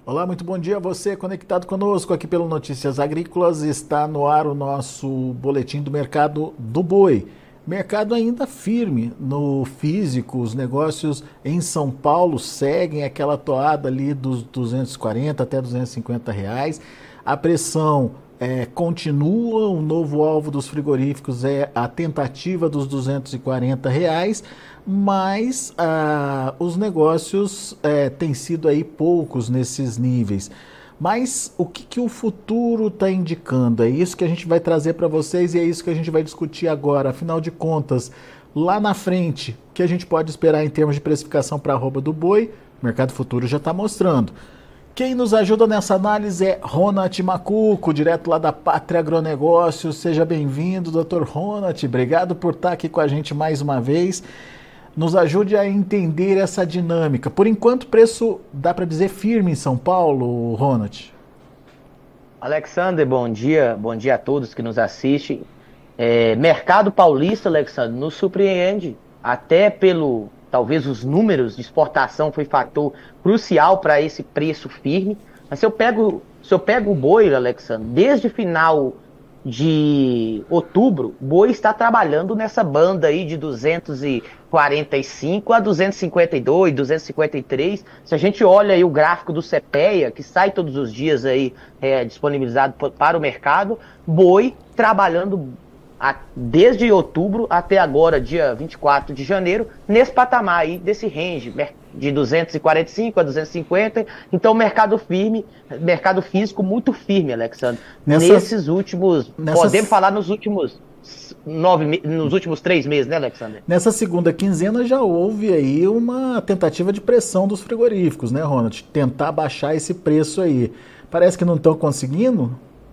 Olá, muito bom dia a você conectado conosco aqui pelo Notícias Agrícolas. Está no ar o nosso boletim do mercado do boi. Mercado ainda firme no físico, os negócios em São Paulo seguem aquela toada ali dos 240 até 250 reais. A pressão continua, o novo alvo dos frigoríficos é a tentativa dos 240 reais, mas os negócios têm sido aí poucos nesses níveis. Mas o que o futuro está indicando? É isso que a gente vai trazer para vocês e é isso que a gente vai discutir agora. Afinal de contas, lá na frente, o que a gente pode esperar em termos de precificação para a arroba do boi? O mercado futuro já está mostrando. Quem nos ajuda nessa análise é Ronald Macuco, direto lá da Pátria Agronegócios. Seja bem-vindo, Dr. Ronald. Obrigado por estar aqui com a gente mais uma vez. Nos ajude a entender essa dinâmica. Por enquanto, preço dá para dizer firme em São Paulo, Ronald? Alexander, bom dia. Bom dia a todos que nos assistem. Mercado paulista, Alexander, nos surpreende. Até talvez os números de exportação foi fator crucial para esse preço firme. Mas se eu pego o boi, Alexandre, desde final de outubro, o boi está trabalhando nessa banda aí de 245 a 252, 253. Se a gente olha aí o gráfico do CPEA, que sai todos os dias aí disponibilizado para o mercado, boi trabalhando desde outubro até agora, dia 24 de janeiro, nesse patamar aí, desse range, de 245 a 250. Então, mercado firme, mercado físico muito firme, Alexandre. Podemos falar nos últimos nos últimos 3 meses, né, Alexandre? Nessa segunda quinzena já houve aí uma tentativa de pressão dos frigoríficos, né, Ronald? Tentar baixar esse preço aí. Parece que não estão conseguindo?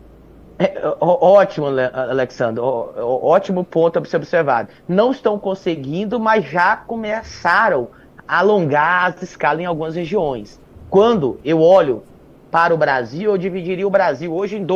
Ótimo, Alexandre. Ótimo ponto a ser observado. Não estão conseguindo, mas já começaram a alongar as escalas em algumas regiões. Quando eu olho para o Brasil, eu dividiria o Brasil hoje em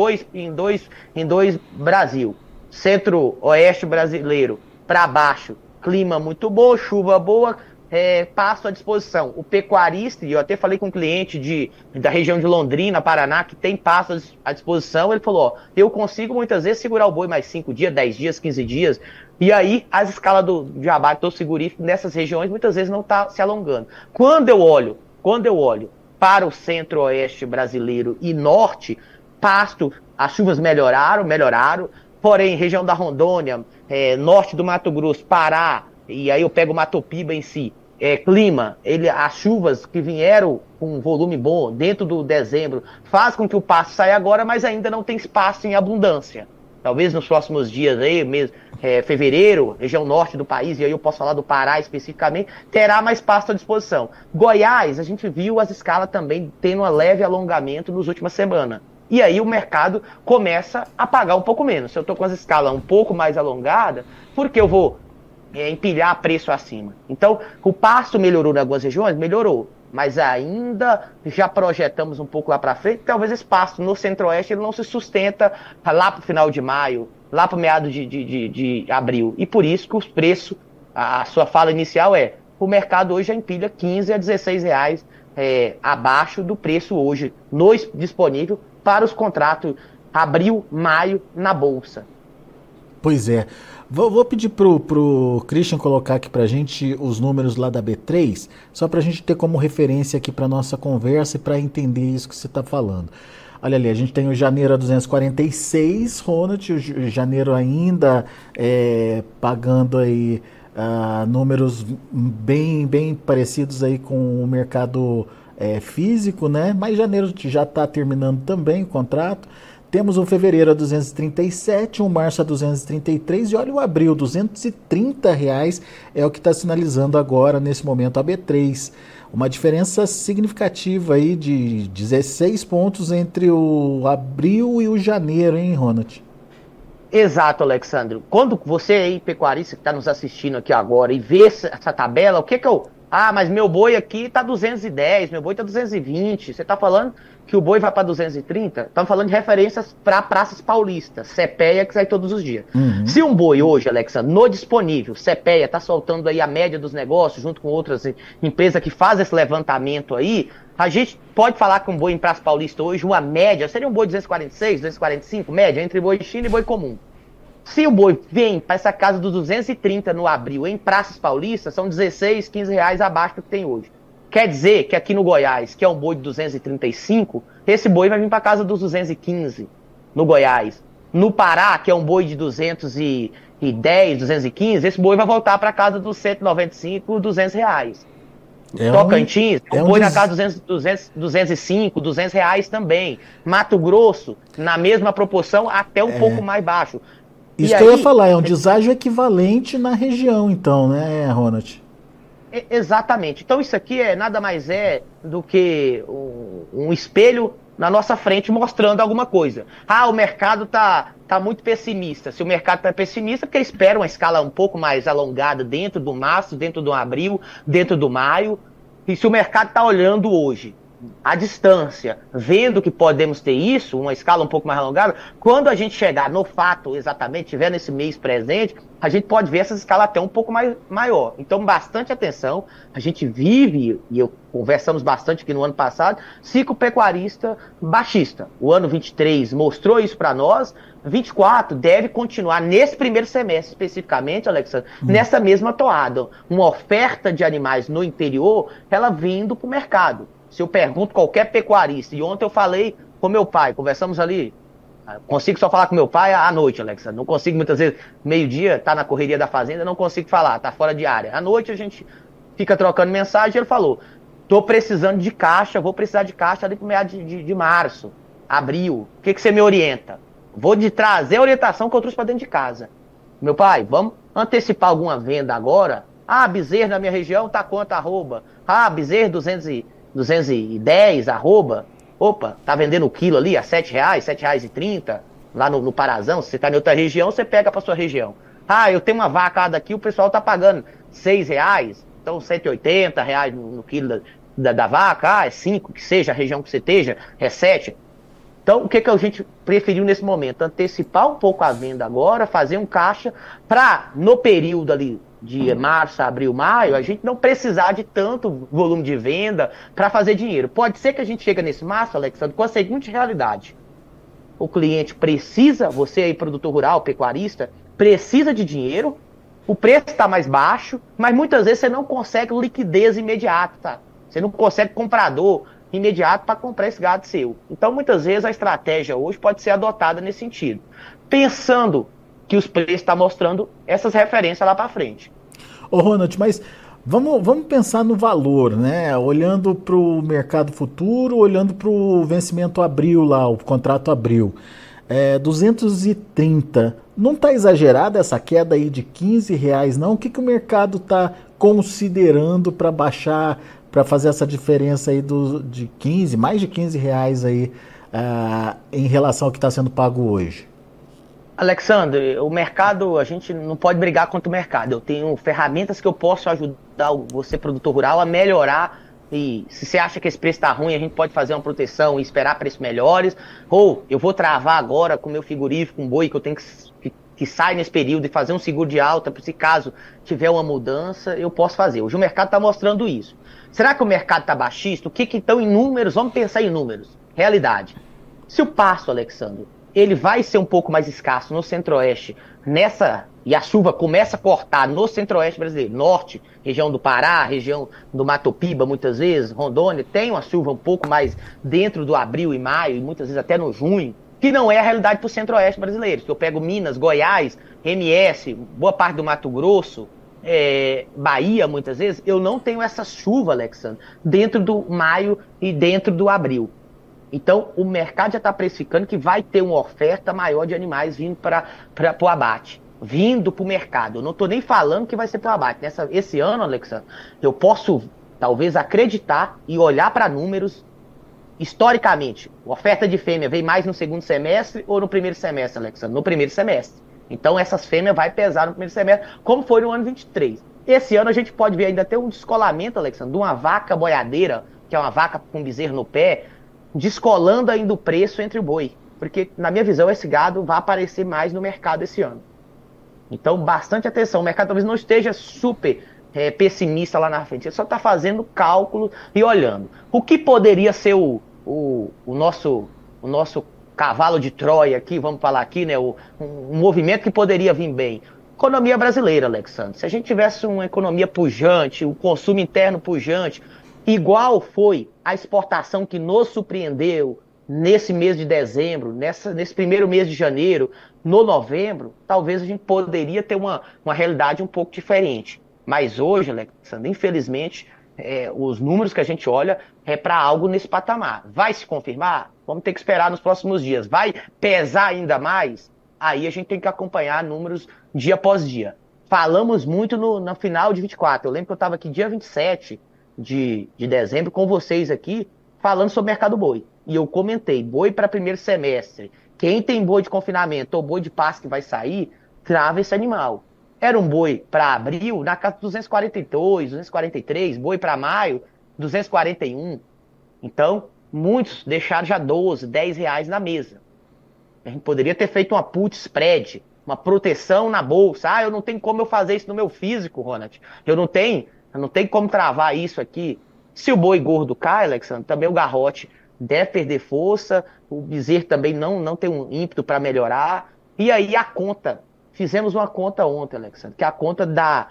dois Brasil. Centro-oeste brasileiro para baixo, clima muito bom, chuva boa, pasto à disposição. O pecuarista, e eu até falei com um cliente da região de Londrina, Paraná, que tem pasto à disposição, ele falou, eu consigo muitas vezes segurar o boi mais 5 dias, 10 dias, 15 dias, e aí as escalas de abate do frigorífico nessas regiões muitas vezes não está se alongando. Quando eu olho para o centro-oeste brasileiro e norte, pasto, as chuvas melhoraram, porém, região da Rondônia, norte do Mato Grosso, Pará, e aí eu pego o Mato Piba em si, clima, as chuvas que vieram com um volume bom dentro do dezembro, faz com que o pasto saia agora, mas ainda não tem espaço em abundância. Talvez nos próximos dias, fevereiro, região norte do país, e aí eu posso falar do Pará especificamente, terá mais pasto à disposição. Goiás, a gente viu as escalas também tendo um leve alongamento nas últimas semanas. E aí o mercado começa a pagar um pouco menos. Se eu estou com as escalas um pouco mais alongadas, por que eu vou empilhar preço acima? Então, o pasto melhorou em algumas regiões? Melhorou. Mas ainda já projetamos um pouco lá para frente, talvez esse pasto no centro-oeste ele não se sustenta lá para o final de maio, lá para o meado de abril. E por isso que os preços, a sua fala inicial o mercado hoje já empilha 15 a 16 reais abaixo do preço hoje disponível para os contratos abril, maio na Bolsa. Pois é. Vou pedir pro Christian colocar aqui pra gente os números lá da B3, só pra gente ter como referência aqui pra nossa conversa e pra entender isso que você tá falando. Olha ali, a gente tem o janeiro a 246, Ronald, o janeiro ainda pagando aí números bem parecidos aí com o mercado físico, né? Mas janeiro já está terminando também o contrato. Temos um fevereiro a 237, um março a 233 e olha o abril, 230 reais é o que está sinalizando agora, nesse momento, a B3. Uma diferença significativa aí de 16 pontos entre o abril e o janeiro, hein, Ronald? Exato, Alexandre. Quando você aí, pecuarista que está nos assistindo aqui agora e vê essa tabela, o que eu Ah, mas meu boi aqui tá 210, meu boi tá 220. Você tá falando que o boi vai para 230? Estamos falando de referências para praças paulistas, CPEA, que sai todos os dias. Uhum. Se um boi hoje, Alexandre, no disponível, CPEA, tá soltando aí a média dos negócios, junto com outras empresas que fazem esse levantamento aí, a gente pode falar que um boi em praça paulista hoje, uma média, seria um boi 246, 245, média, entre boi China e boi comum. Se o boi vem para essa casa dos 230 no abril, em praças paulistas, são 16, 15 reais abaixo do que tem hoje. Quer dizer que aqui no Goiás, que é um boi de 235, esse boi vai vir para casa dos 215 no Goiás. No Pará, que é um boi de 210, 215, esse boi vai voltar para casa dos 195, 200 reais. Tocantins, um boi na casa dos 205, 200 reais também. Mato Grosso, na mesma proporção, até um pouco mais baixo. Isso que eu ia falar, é um deságio equivalente na região, então, né, Ronald? Exatamente. Então isso aqui nada mais do que um espelho na nossa frente mostrando alguma coisa. Ah, o mercado tá muito pessimista. Se o mercado tá pessimista, porque espera uma escala um pouco mais alongada dentro do março, dentro do abril, dentro do maio. E se o mercado tá olhando hoje, à distância, vendo que podemos ter isso, uma escala um pouco mais alongada, quando a gente chegar no fato exatamente, tiver nesse mês presente, a gente pode ver essa escala até um pouco maior. Então, bastante atenção, a gente vive, e eu conversamos bastante aqui no ano passado, ciclo pecuarista baixista. O ano 23 mostrou isso para nós, 24 deve continuar nesse primeiro semestre especificamente, Alexandre, nessa mesma toada. Uma oferta de animais no interior, ela vindo para o mercado. Se eu pergunto qualquer pecuarista, e ontem eu falei com meu pai, conversamos ali, consigo só falar com meu pai à noite, Alexandre, não consigo muitas vezes, meio-dia, tá na correria da fazenda, não consigo falar, tá fora de área. À noite a gente fica trocando mensagem, ele falou, tô precisando de caixa, vou precisar de caixa ali pro meio de março, abril, o que você me orienta? Vou trazer a orientação que eu trouxe para dentro de casa. Meu pai, vamos antecipar alguma venda agora? Ah, bezerro na minha região tá quanto, arroba? Ah, bezerro 210, arroba. Opa, tá vendendo o quilo ali a R$7, R$7,30, lá no Parazão. Se você tá em outra região, você pega pra sua região. Ah, eu tenho uma vaca daqui, o pessoal tá pagando R$6, então R$180 no quilo da vaca. Ah, é 5, que seja, a região que você esteja, é 7. Então, o que a gente preferiu nesse momento? Antecipar um pouco a venda agora, fazer um caixa para, no período ali de março, abril, maio, a gente não precisar de tanto volume de venda para fazer dinheiro. Pode ser que a gente chegue nesse março, Alexandre, com a seguinte realidade. O cliente precisa, você aí, produtor rural, pecuarista, precisa de dinheiro, o preço está mais baixo, mas muitas vezes você não consegue liquidez imediata, tá? Você não consegue comprador imediato para comprar esse gado seu. Então, muitas vezes, a estratégia hoje pode ser adotada nesse sentido. Pensando que os preços estão mostrando essas referências lá para frente. Ô Ronald, mas vamos pensar no valor, né? Olhando para o mercado futuro, olhando para o vencimento abril lá, o contrato abril. 230. Não está exagerada essa queda aí de R$15, não? O que o mercado está considerando para baixar, para fazer essa diferença aí de 15, mais de R$15 aí em relação ao que está sendo pago hoje? Alexandre, o mercado, a gente não pode brigar contra o mercado. Eu tenho ferramentas que eu posso ajudar você, produtor rural, a melhorar. E se você acha que esse preço está ruim, a gente pode fazer uma proteção e esperar preços melhores. Ou eu vou travar agora com o meu frigorífico, um boi que eu tenho que sai nesse período e fazer um seguro de alta, se caso tiver uma mudança, eu posso fazer. Hoje o mercado está mostrando isso. Será que o mercado está baixista? O que estão em números? Vamos pensar em números. Realidade. Se o pasto, Alexandre, ele vai ser um pouco mais escasso no centro-oeste, e a chuva começa a cortar no centro-oeste brasileiro, norte, região do Pará, região do Mato Piba, muitas vezes, Rondônia, tem uma chuva um pouco mais dentro do abril e maio, e muitas vezes até no junho, que não é a realidade para o centro-oeste brasileiro. Se eu pego Minas, Goiás, MS, boa parte do Mato Grosso, Bahia, muitas vezes, eu não tenho essa chuva, Alexandre, dentro do maio e dentro do abril. Então, o mercado já está precificando que vai ter uma oferta maior de animais vindo para o abate, vindo para o mercado. Eu não estou nem falando que vai ser para o abate. Esse ano, Alexandre, eu posso talvez acreditar e olhar para números historicamente. A oferta de fêmea veio mais no segundo semestre ou no primeiro semestre, Alexandre? No primeiro semestre. Então, essas fêmeas vai pesar no primeiro semestre, como foi no ano 23. Esse ano a gente pode ver ainda ter um descolamento, Alexandre, de uma vaca boiadeira, que é uma vaca com bezerro no pé, descolando ainda o preço entre o boi. Porque, na minha visão, esse gado vai aparecer mais no mercado esse ano. Então, bastante atenção. O mercado talvez não esteja super pessimista lá na frente. Ele só está fazendo cálculo e olhando. O que poderia ser o nosso cavalo de Troia aqui, vamos falar aqui, né? Um movimento que poderia vir bem. Economia brasileira, Alexandre. Se a gente tivesse uma economia pujante, um consumo interno pujante, igual foi a exportação que nos surpreendeu nesse mês de dezembro, nesse primeiro mês de janeiro, no novembro, talvez a gente poderia ter uma realidade um pouco diferente. Mas hoje, Alexandre, infelizmente, os números que a gente olha é para algo nesse patamar. Vai se confirmar? Vamos ter que esperar nos próximos dias. Vai pesar ainda mais? Aí a gente tem que acompanhar números dia após dia. Falamos muito no final de 24. Eu lembro que eu estava aqui dia 27 de dezembro com vocês aqui, falando sobre mercado boi. E eu comentei, boi para primeiro semestre. Quem tem boi de confinamento ou boi de pasto que vai sair, trava esse animal. Era um boi para abril, na casa de 242, 243, boi para maio, 241. Então, muitos deixaram já 12, 10 reais na mesa. A gente poderia ter feito uma put spread, uma proteção na bolsa. Eu não tenho como eu fazer isso no meu físico, Ronald. Eu não tenho como travar isso aqui. Se o boi gordo cai, Alexandre, também o garrote deve perder força, o bezerro também não tem um ímpeto para melhorar. E aí a conta, fizemos uma conta ontem, Alexandre, que é a conta da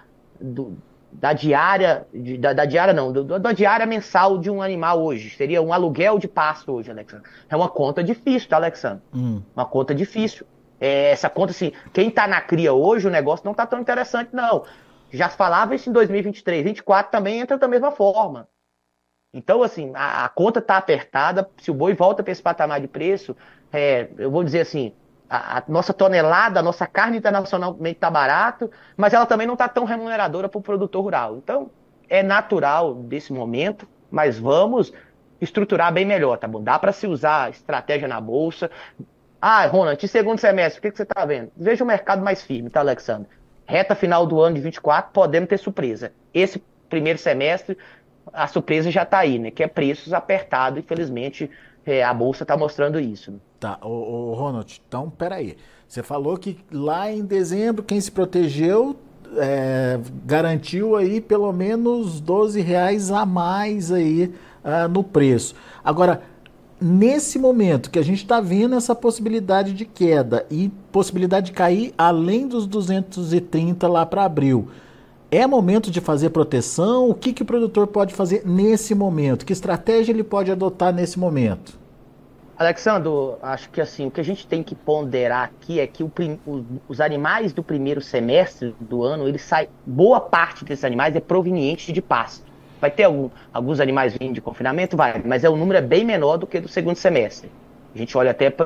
diária, da diária mensal de um animal hoje. Seria um aluguel de pasto hoje, Alexandre. É uma conta difícil, tá, Alexandre? Uma conta difícil. Essa conta, assim, quem tá na cria hoje, o negócio não tá tão interessante, não. Já falava isso em 2023, 2024 também entra da mesma forma. Então, assim, a conta tá apertada. Se o boi volta para esse patamar de preço, eu vou dizer assim, a nossa tonelada, a nossa carne internacionalmente está barato, mas ela também não está tão remuneradora para o produtor rural. Então, é natural desse momento, mas vamos estruturar bem melhor, tá bom? Dá para se usar estratégia na bolsa. Ronald, e segundo semestre, o que você está vendo? Veja o mercado mais firme, tá, Alexandre? Reta final do ano de 24, podemos ter surpresa. Esse primeiro semestre, a surpresa já está aí, né? Que é preços apertados, infelizmente, a bolsa está mostrando isso. Né? Tá, ô Ronald, então peraí. Você falou que lá em dezembro quem se protegeu garantiu aí pelo menos R$ 12 a mais aí no preço. Agora, nesse momento que a gente está vendo essa possibilidade de queda e possibilidade de cair além dos 230 lá para abril, é momento de fazer proteção? O que o produtor pode fazer nesse momento? Que estratégia ele pode adotar nesse momento? Alexandre, acho que assim, o que a gente tem que ponderar aqui é que os animais do primeiro semestre do ano, boa parte desses animais é proveniente de pasto. Vai ter alguns animais vindo de confinamento? Vai, mas o número é bem menor do que do segundo semestre. A gente olha até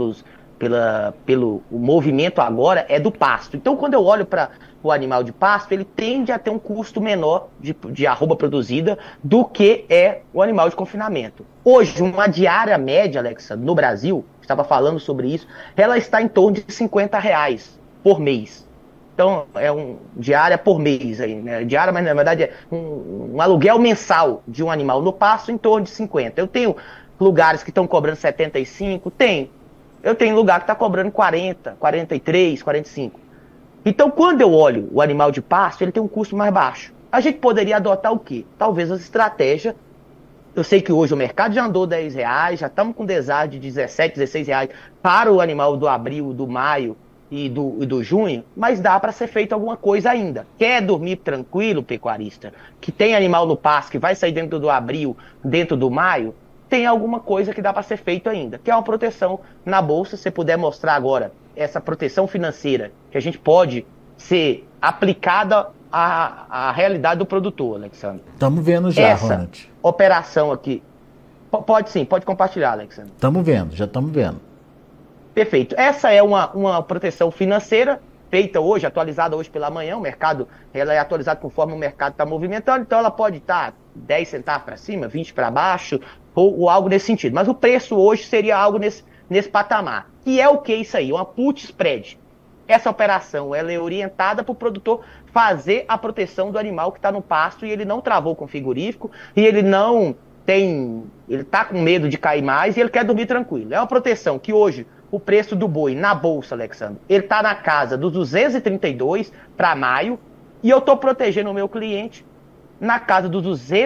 pelo movimento agora é do pasto. Então, quando eu olho para o animal de pasto, ele tende a ter um custo menor de arroba produzida do que o animal de confinamento. Hoje, uma diária média, Alexa, no Brasil, estava falando sobre isso, ela está em torno de R$50 por mês. Então, diária por mês aí, né? Diária, mas na verdade é um aluguel mensal de um animal no pasto em torno de 50. Eu tenho lugares que estão cobrando 75, eu tenho lugar que está cobrando 40, 43, 45. Então, quando eu olho o animal de pasto, ele tem um custo mais baixo. A gente poderia adotar o quê? Talvez as estratégias. Eu sei que hoje o mercado já andou R$10, já estamos com desar de 17, R$16 para o animal do abril, do maio e do junho, mas dá para ser feito alguma coisa ainda. Quer dormir tranquilo, pecuarista? Que tem animal no pasto que vai sair dentro do abril, dentro do maio? Tem alguma coisa que dá para ser feito ainda, que é uma proteção na bolsa. Se você puder mostrar agora essa proteção financeira, que a gente pode ser aplicada à realidade do produtor, Alexandre. Estamos vendo já, Ronald. Essa operação aqui, pode sim, pode compartilhar, Alexandre. Estamos vendo, já estamos vendo. Perfeito. Essa é uma proteção financeira feita hoje, atualizada hoje pela manhã. O mercado, ela é atualizada conforme o mercado está movimentando, então ela pode estar 10 centavos para cima, 20 para baixo, ou algo nesse sentido. Mas o preço hoje seria algo nesse patamar. Que é o que isso aí? Uma put spread. Essa operação ela é orientada para o produtor fazer a proteção do animal que está no pasto e ele não travou com o frigorífico e ele não ele está com medo de cair mais e ele quer dormir tranquilo. É uma proteção que hoje o preço do boi na bolsa, Alexandre, ele está na casa dos 232 para maio e eu estou protegendo o meu cliente na casa dos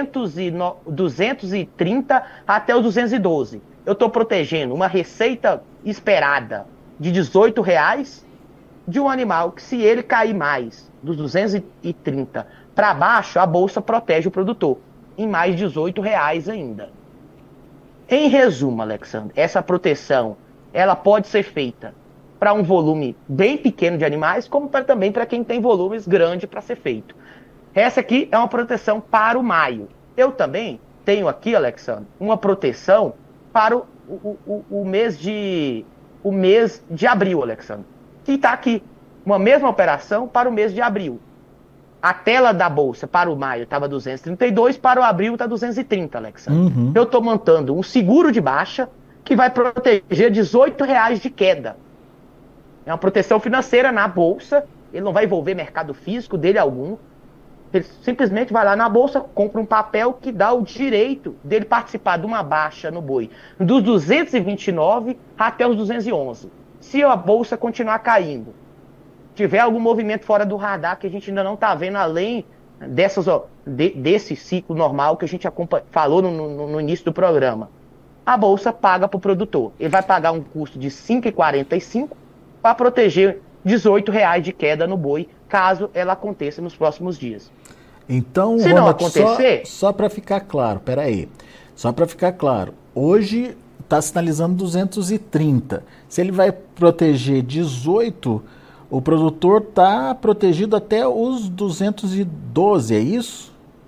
230 até os 212. Eu estou protegendo uma receita esperada de R$ 18 de um animal que, se ele cair mais dos 230 para baixo, a bolsa protege o produtor em mais R$ 18 ainda. Em resumo, Alexandre, essa proteção ela pode ser feita para um volume bem pequeno de animais, como também para quem tem volumes grandes para ser feito. Essa aqui é uma proteção para o maio. Eu também tenho aqui, Alexandre, uma proteção para o mês de abril, Alexandre, que está aqui. Uma mesma operação para o mês de abril. A tela da bolsa para o maio estava 232, para o abril está 230, Alexandre. Uhum. Eu estou montando um seguro de baixa que vai proteger R$ 18 de queda. É uma proteção financeira na bolsa, ele não vai envolver mercado físico dele algum. Ele simplesmente vai lá na bolsa, compra um papel que dá o direito dele participar de uma baixa no boi dos 229 até os 211. Se a bolsa continuar caindo, tiver algum movimento fora do radar que a gente ainda não está vendo, além desse ciclo normal que a gente falou no início do programa, a bolsa paga para o produtor. Ele vai pagar um custo de R$ 5,45 para proteger R$ 18 de queda no boi, caso ela aconteça nos próximos dias. Então, se não acontecer... Só para ficar claro, peraí. Só para ficar claro, hoje está sinalizando 230. Se ele vai proteger 18, o produtor está protegido até os 212, é isso?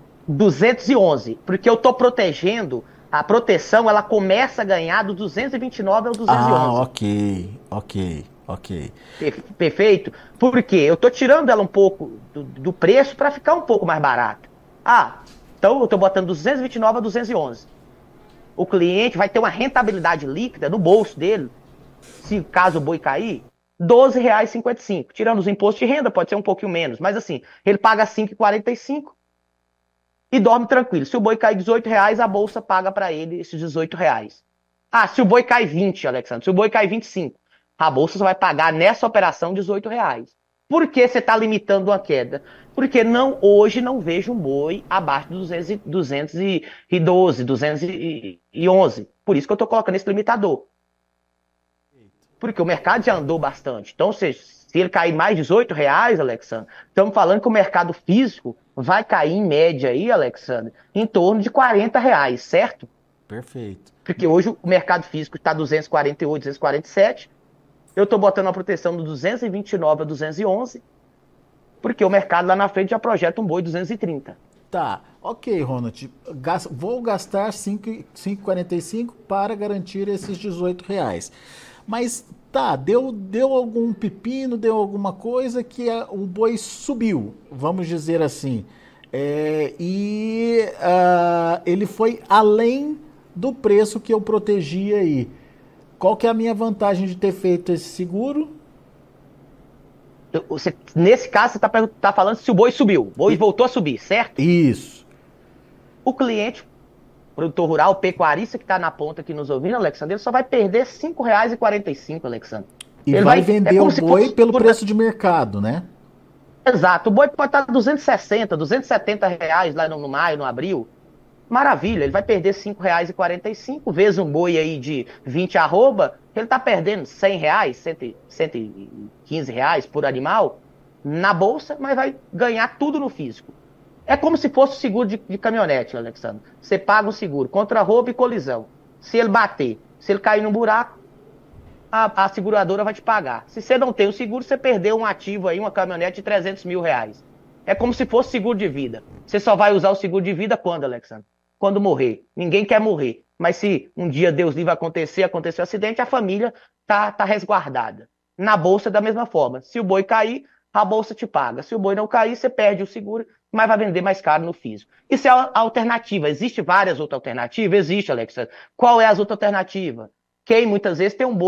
211, porque eu estou protegendo, a proteção ela começa a ganhar do 229 ao 211. Ah, ok. Perfeito? Porque eu estou tirando ela um pouco do preço para ficar um pouco mais barata. Então eu estou botando 229 a 211. O cliente vai ter uma rentabilidade líquida no bolso dele, se caso o boi cair, R$ 12,55. Tirando os impostos de renda, pode ser um pouquinho menos, mas assim, ele paga R$ 5,45 e dorme tranquilo. Se o boi cair R$ 18, a bolsa paga para ele esses R$ 18. Se o boi cai 20, Alexandre, se o boi cai 25, a bolsa só vai pagar nessa operação R$ 18. Por que você está limitando uma queda? Porque hoje não vejo um boi abaixo de 212, 211. Por isso que eu estou colocando esse limitador. Porque o mercado já andou bastante. Então, se ele cair mais R$ 18, Alexandre, estamos falando que o mercado físico vai cair em média aí, Alexandre, em torno de R$ 40, certo? Perfeito. Porque hoje o mercado físico está 248, 247. Eu estou botando uma proteção do 229 a 211, porque o mercado lá na frente já projeta um boi 230. Tá, ok, Ronald. Vou gastar 5,45 para garantir esses R$ 18. Mas deu algum pepino, deu alguma coisa que o boi subiu, vamos dizer assim. Ele foi além do preço que eu protegi aí. Qual que é a minha vantagem de ter feito esse seguro? Nesse caso, você está falando se o boi subiu. O boi voltou a subir, certo? Isso. O cliente, produtor rural, pecuarista que está na ponta aqui nos ouvindo, Alexandre, ele só vai perder R$ 5,45, Alexandre. E ele vai vender o boi pelo preço de mercado, né? Exato. O boi pode estar R$ 260, R$ 270 lá no maio, no abril. Maravilha, ele vai perder R$ 5,45, vezes um boi aí de 20 arroba, ele está perdendo R$ 100, R$115 por animal na bolsa, mas vai ganhar tudo no físico. É como se fosse seguro de caminhonete, Alexandre. Você paga um seguro contra roubo e colisão. Se ele bater, se ele cair num buraco, a seguradora vai te pagar. Se você não tem o seguro, você perdeu um ativo aí, uma caminhonete de R$300 mil. É como se fosse seguro de vida. Você só vai usar o seguro de vida quando, Alexandre? Quando morrer. Ninguém quer morrer. Mas se um dia, Deus livre, acontecer um acidente, a família tá resguardada. Na bolsa, da mesma forma. Se o boi cair, a bolsa te paga. Se o boi não cair, você perde o seguro, mas vai vender mais caro no físico. Isso é a alternativa. Existem várias outras alternativas? Existe, Alexandre. Qual é as outras alternativas? Quem muitas vezes tem um boi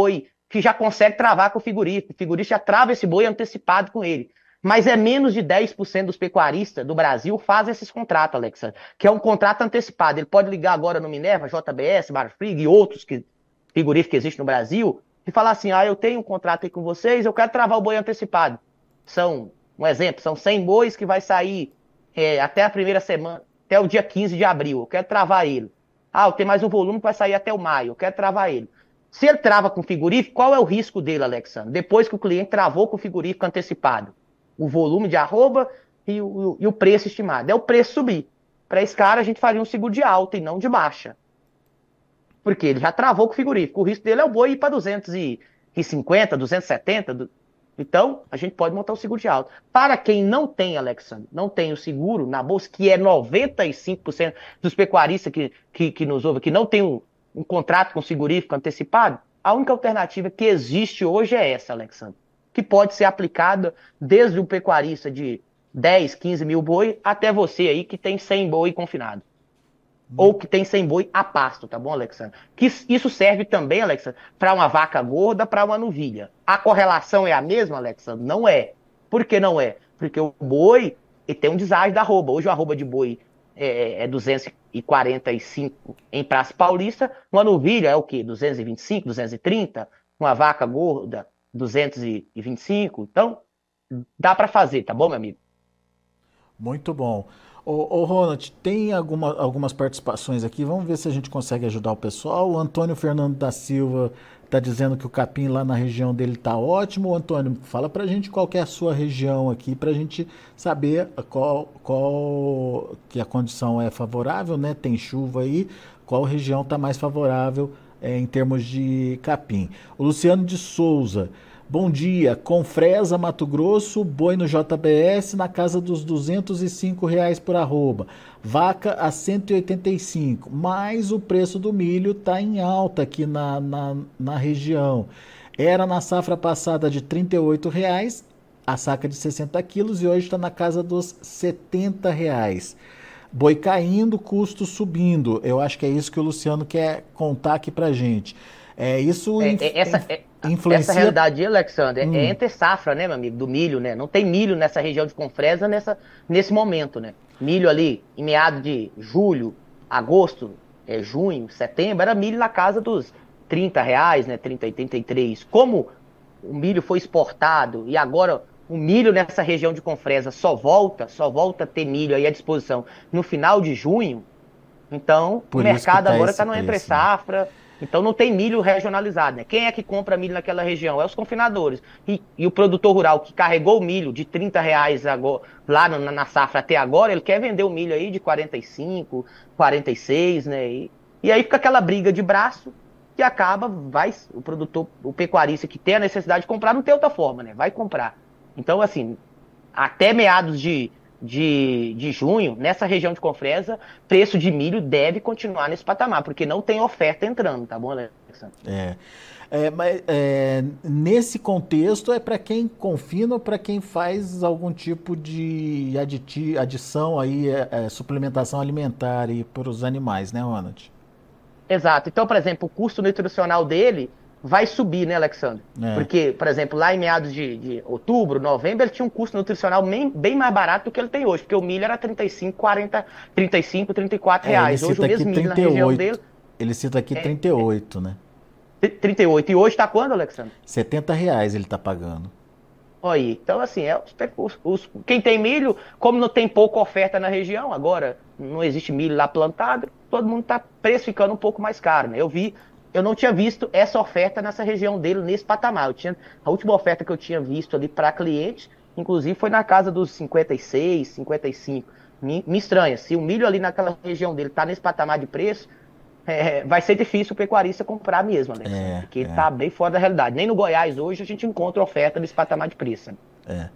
que já consegue travar com o frigorífico. O frigorífico já trava esse boi antecipado com ele. Mas é menos de 10% dos pecuaristas do Brasil fazem esses contratos, Alexandre, que é um contrato antecipado. Ele pode ligar agora no Minerva, JBS, Marfrig e outros frigoríficos que existem no Brasil e falar assim, eu tenho um contrato aí com vocês, eu quero travar o boi antecipado. Um exemplo, são 100 bois que vai sair até a primeira semana, até o dia 15 de abril, eu quero travar ele. Eu tenho mais um volume que vai sair até o maio, eu quero travar ele. Se ele trava com frigorífico, qual é o risco dele, Alexandre? Depois que o cliente travou com o frigorífico antecipado, o volume de arroba e o preço estimado. É o preço subir. Para esse cara, a gente faria um seguro de alta e não de baixa. Porque ele já travou com o frigorífico. O risco dele é o boi ir para 250, 270. Então, a gente pode montar o seguro de alta. Para quem não tem, Alexandre, não tem o seguro na bolsa, que é 95% dos pecuaristas que nos ouvem, que não tem um contrato com o frigorífico antecipado, a única alternativa que existe hoje é essa, Alexandre, que pode ser aplicada desde um pecuarista de 10, 15 mil boi até você aí que tem 100 boi confinado. Ou que tem 100 boi a pasto, tá bom, Alexandre? Que isso serve também, Alexandre, para uma vaca gorda, para uma novilha. A correlação é a mesma, Alexandre? Não é. Por que não é? Porque o boi ele tem um deságio da arroba. Hoje a arroba de boi é 245 em Praça Paulista. Uma novilha é o quê? 225, 230? Uma vaca gorda, 225. Então, dá para fazer, tá bom, meu amigo? Muito bom. Ô Ronald, tem algumas participações aqui, vamos ver se a gente consegue ajudar o pessoal. O Antônio Fernando da Silva está dizendo que o capim lá na região dele está ótimo. Ô, Antônio, fala pra gente qual que é a sua região aqui, pra gente saber qual que a condição é favorável, né? Tem chuva aí, qual região está mais favorável em termos de capim. O Luciano de Souza. Bom dia, Confresa, Mato Grosso, boi no JBS na casa dos R$ 205 por arroba, vaca a 185, mas o preço do milho está em alta aqui na região. Era na safra passada de R$ 38, a saca de 60 quilos, e hoje está na casa dos R$ 70. Boi caindo, custo subindo. Eu acho que é isso que o Luciano quer contar aqui pra gente. Isso influencia... Essa realidade, Alexandre, é entre safra, né, meu amigo, do milho, né? Não tem milho nessa região de Confresa nesse momento, né? Milho ali, em meados de julho, agosto, junho, setembro, era milho na casa dos R$ 30, né? 30, 83. Como o milho foi exportado e agora o milho nessa região de Confresa só volta a ter milho aí à disposição no final de junho, então o mercado agora está no entre safra. Então não tem milho regionalizado, né? Quem é que compra milho naquela região? É os confinadores. E o produtor rural que carregou o milho de R$ 30 agora, lá na safra até agora, ele quer vender o milho aí de 45, 46, né? E aí fica aquela briga de braço que acaba, o produtor, o pecuarista que tem a necessidade de comprar, não tem outra forma, né? Vai comprar. Então, assim, até meados de junho, nessa região de Confresa, preço de milho deve continuar nesse patamar, porque não tem oferta entrando, tá bom, Alexandre? Mas nesse contexto é para quem confina ou para quem faz algum tipo de adição aí, suplementação alimentar para os animais, né, Ronald? Exato. Então, por exemplo, o custo nutricional dele vai subir, né, Alexandre? Porque, por exemplo, lá em meados de outubro, novembro, ele tinha um custo nutricional bem mais barato do que ele tem hoje, porque o milho era 35, 40, 35, 34 reais. Hoje o mesmo milho 38, na região dele... Ele cita aqui 38, né? 38. E hoje está quando, Alexandre? R$ 70 ele está pagando. Aí, então assim, quem tem milho, como não tem pouca oferta na região, agora não existe milho lá plantado, todo mundo está precificando um pouco mais caro, né? Eu não tinha visto essa oferta nessa região dele, nesse patamar. A última oferta que eu tinha visto ali para cliente, inclusive, foi na casa dos 56, 55. Me estranha, se o milho ali naquela região dele está nesse patamar de preço, vai ser difícil o pecuarista comprar mesmo, né? Porque ele está bem fora da realidade. Nem no Goiás hoje a gente encontra oferta nesse patamar de preço. Né?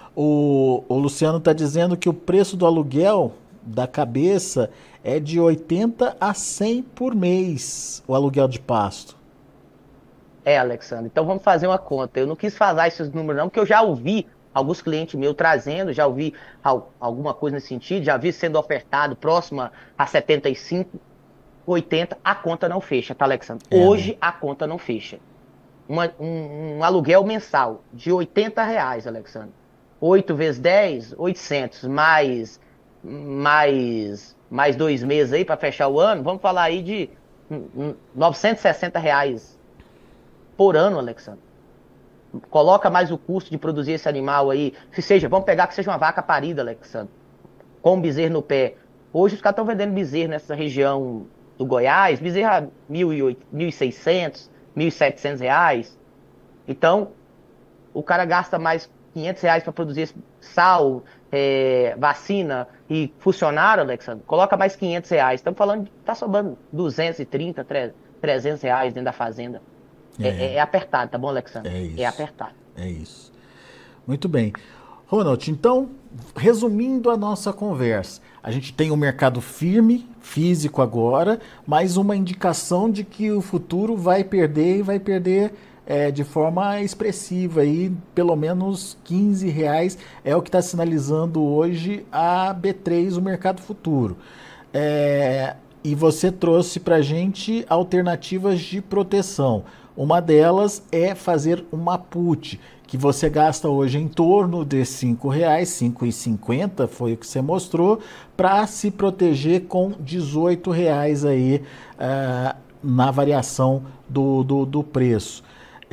O Luciano está dizendo que o preço do aluguel da cabeça é de 80 a 100 por mês, o aluguel de pasto. Alexandre, então vamos fazer uma conta. Eu não quis falar esses números não, porque eu já ouvi alguns clientes meus trazendo, já ouvi alguma coisa nesse sentido, já vi sendo ofertado próximo a 75, 80, a conta não fecha, tá, Alexandre? Hoje a conta não fecha. um aluguel mensal de R$ 80, Alexandre. 8 vezes 10, 800, mais 2 meses aí para fechar o ano, vamos falar aí de R$ 960 por ano, Alexandre. Coloca mais o custo de produzir esse animal aí, vamos pegar que seja uma vaca parida, Alexandre, com um bezerro no pé. Hoje os caras estão vendendo bezerro nessa região do Goiás, bezerro a R$ 1.600, R$ 1.700. Então, o cara gasta mais R$ 500 para produzir sal, vacina e funcionário, Alexandre, coloca mais R$ 500. Estamos falando, tá sobrando 230, R$ 300 dentro da fazenda. É apertado, tá bom, Alexandre? É isso. É apertado. É isso. Muito bem. Ronald, então, resumindo a nossa conversa, a gente tem um mercado firme, físico agora, mas uma indicação de que o futuro vai perder e vai perder de forma expressiva, aí, pelo menos R$ 15 é o que está sinalizando hoje a B3, o mercado futuro. E você trouxe para a gente alternativas de proteção. Uma delas é fazer uma put, que você gasta hoje em torno de R$ 5, R$ 5,50 foi o que você mostrou, para se proteger com R$ 18 aí na variação do preço.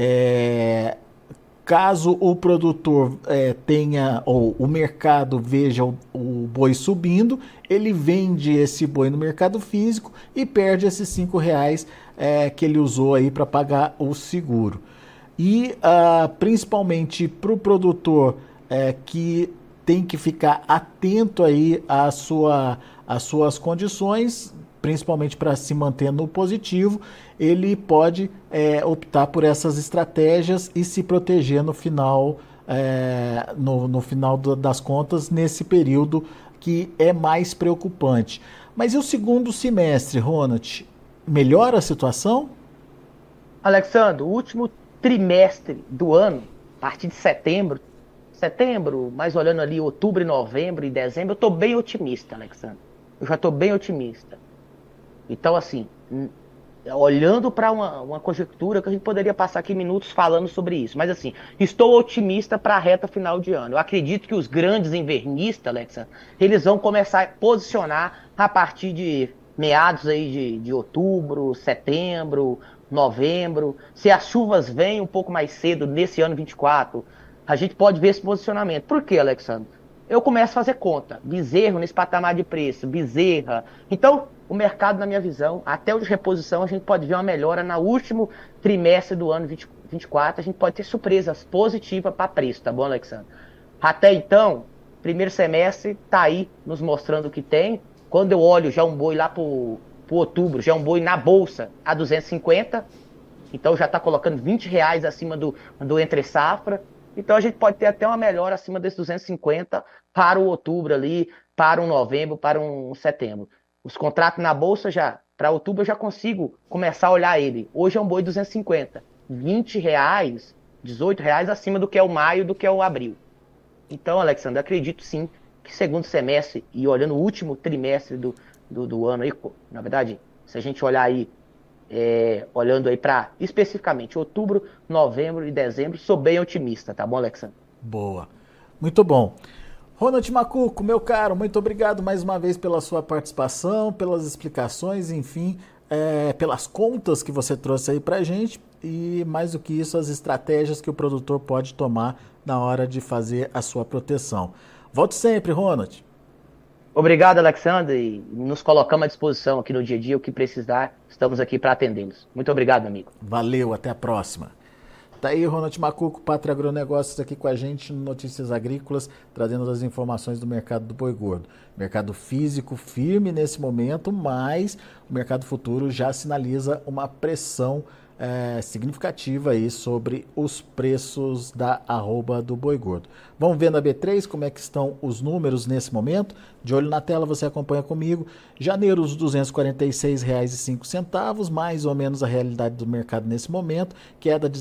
Caso o produtor tenha, ou o mercado veja o boi subindo, ele vende esse boi no mercado físico e perde esses R$ 5 que ele usou aí para pagar o seguro. E principalmente para o produtor que tem que ficar atento aí às suas condições, principalmente para se manter no positivo, ele pode optar por essas estratégias e se proteger no final, no final das contas, nesse período que é mais preocupante. Mas e o segundo semestre, Ronald? Melhora a situação? Alexandre, o último trimestre do ano, a partir de setembro, mas olhando ali outubro, novembro e dezembro, eu estou bem otimista, Alexandre. Eu já estou bem otimista. Então, assim, olhando para uma conjectura que a gente poderia passar aqui minutos falando sobre isso, mas assim, estou otimista para a reta final de ano. Eu acredito que os grandes invernistas, Alexandre, eles vão começar a posicionar a partir de meados aí de outubro, setembro, novembro. Se as chuvas vêm um pouco mais cedo nesse ano 24, a gente pode ver esse posicionamento. Por quê, Alexandre? Eu começo a fazer conta. Bezerro nesse patamar de preço, bezerra. Então, o mercado, na minha visão, até o de reposição, a gente pode ver uma melhora no último trimestre do ano 24. A gente pode ter surpresas positivas para preço, tá bom, Alexandre? Até então, primeiro semestre está aí nos mostrando o que tem. Quando eu olho já um boi lá pro outubro, já um boi na bolsa a 250, então já está colocando R$ 20 acima do entre safra. Então a gente pode ter até uma melhora acima desses 250 para o outubro ali, para um novembro, para um setembro. Os contratos na bolsa já, para outubro eu já consigo começar a olhar ele. Hoje é um boi 250, R$ 20, R$ 18 acima do que é o maio, do que é o abril. Então, Alexandre, acredito sim que segundo semestre e olhando o último trimestre do ano aí, na verdade, se a gente olhar aí, olhando aí para especificamente outubro, novembro e dezembro, sou bem otimista, tá bom, Alexandre? Boa, muito bom. Ronald Macuco, meu caro, muito obrigado mais uma vez pela sua participação, pelas explicações, enfim, pelas contas que você trouxe aí pra gente e mais do que isso, as estratégias que o produtor pode tomar na hora de fazer a sua proteção. Volte sempre, Ronald. Obrigado, Alexandre, e nos colocamos à disposição aqui no dia a dia, o que precisar, estamos aqui para atendê-los. Muito obrigado, amigo. Valeu, até a próxima. Tá aí Ronald Macuco, Pátria Agronegócios, aqui com a gente no Notícias Agrícolas, trazendo as informações do mercado do boi gordo. Mercado físico firme nesse momento, mas o mercado futuro já sinaliza uma pressão significativa aí sobre os preços da arroba do boi gordo. Vamos ver na B3 como é que estão os números nesse momento. De olho na tela, você acompanha comigo. Janeiro, os R$ 246,05, mais ou menos a realidade do mercado nesse momento, queda de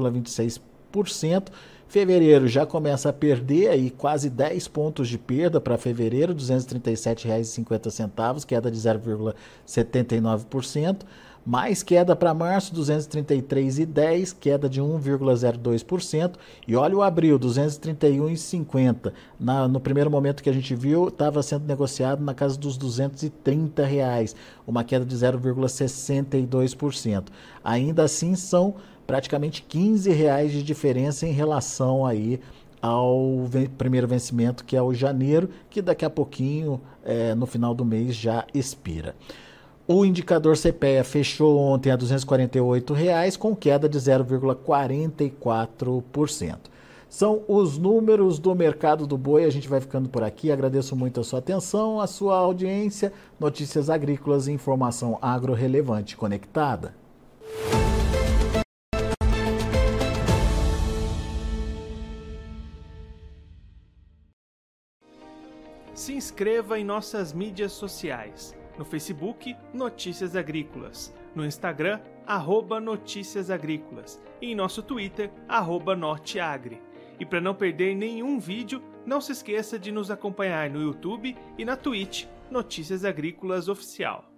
0,26%. Fevereiro já começa a perder aí quase 10 pontos de perda para fevereiro, R$ 237,50, queda de 0,79%. Mais queda para março, 233,10, queda de 1,02%. E olha o abril, 231,50. No primeiro momento que a gente viu, estava sendo negociado na casa dos R$230, uma queda de 0,62%. Ainda assim, são praticamente R$15 de diferença em relação aí ao primeiro vencimento, que é o janeiro, que daqui a pouquinho, no final do mês, já expira. O indicador CPEA fechou ontem a R$248, com queda de 0,44%. São os números do mercado do boi. A gente vai ficando por aqui. Agradeço muito a sua atenção, a sua audiência. Notícias agrícolas e informação agro relevante conectada. Se inscreva em nossas mídias sociais. No Facebook, Notícias Agrícolas. No Instagram, @Notícias Agrícolas. E em nosso Twitter, @Norteagri. E para não perder nenhum vídeo, não se esqueça de nos acompanhar no YouTube e na Twitch, Notícias Agrícolas Oficial.